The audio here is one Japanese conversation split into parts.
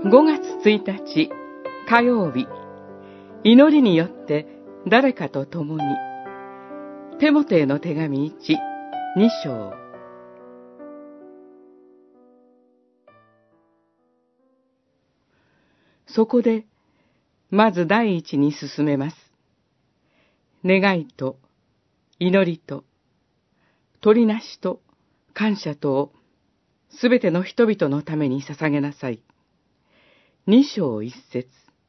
5月1日火曜日、祈りによって誰かと共に。テモテへの手紙1、2章。そこで、まず第一に進めます。願いと、祈りと、取りなしと、感謝とを、すべての人々のために捧げなさい。2章1節。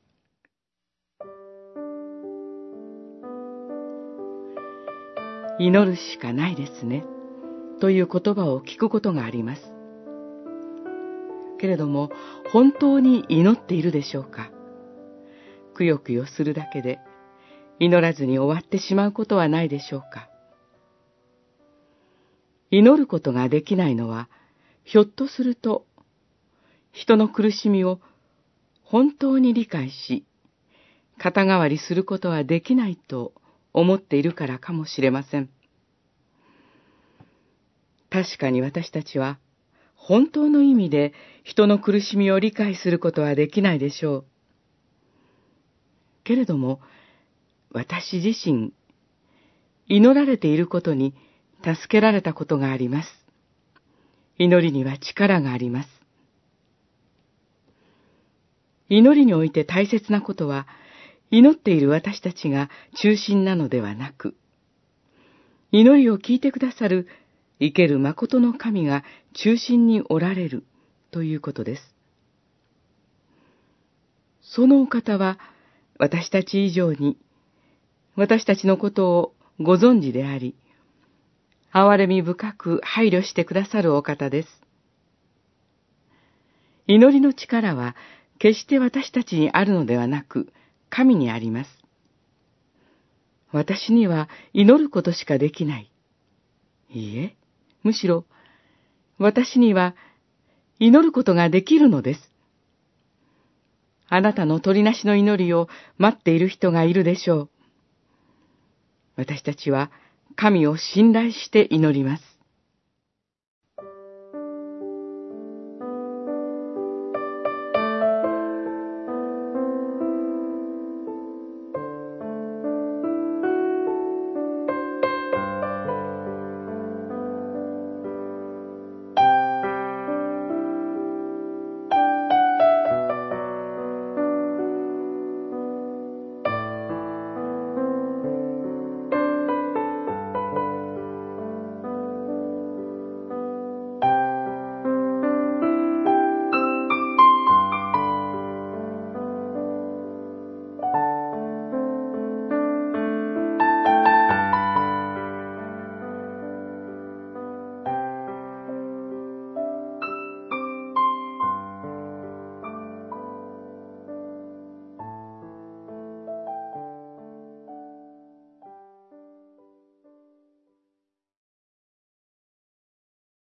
祈るしかないですね、という言葉を聞くことがあります。けれども、本当に祈っているでしょうか。くよくよするだけで、祈らずに終わってしまうことはないでしょうか。祈ることができないのは、ひょっとすると、人の苦しみを本当に理解し、肩代わりすることはできないと思っているからかもしれません。確かに私たちは、本当の意味で人の苦しみを理解することはできないでしょう。けれども、私自身、祈られていることに助けられたことがあります。祈りには力があります。祈りにおいて大切なことは、祈っている私たちが中心なのではなく、祈りを聞いてくださる生ける誠の神が中心におられるということです。そのお方は私たち以上に私たちのことをご存知であり、憐れみ深く配慮してくださるお方です。祈りの力は決して私たちにあるのではなく、神にあります。私には祈ることしかできない。いいえ、むしろ私には祈ることができるのです。あなたの取りなしの祈りを待っている人がいるでしょう。私たちは神を信頼して祈ります。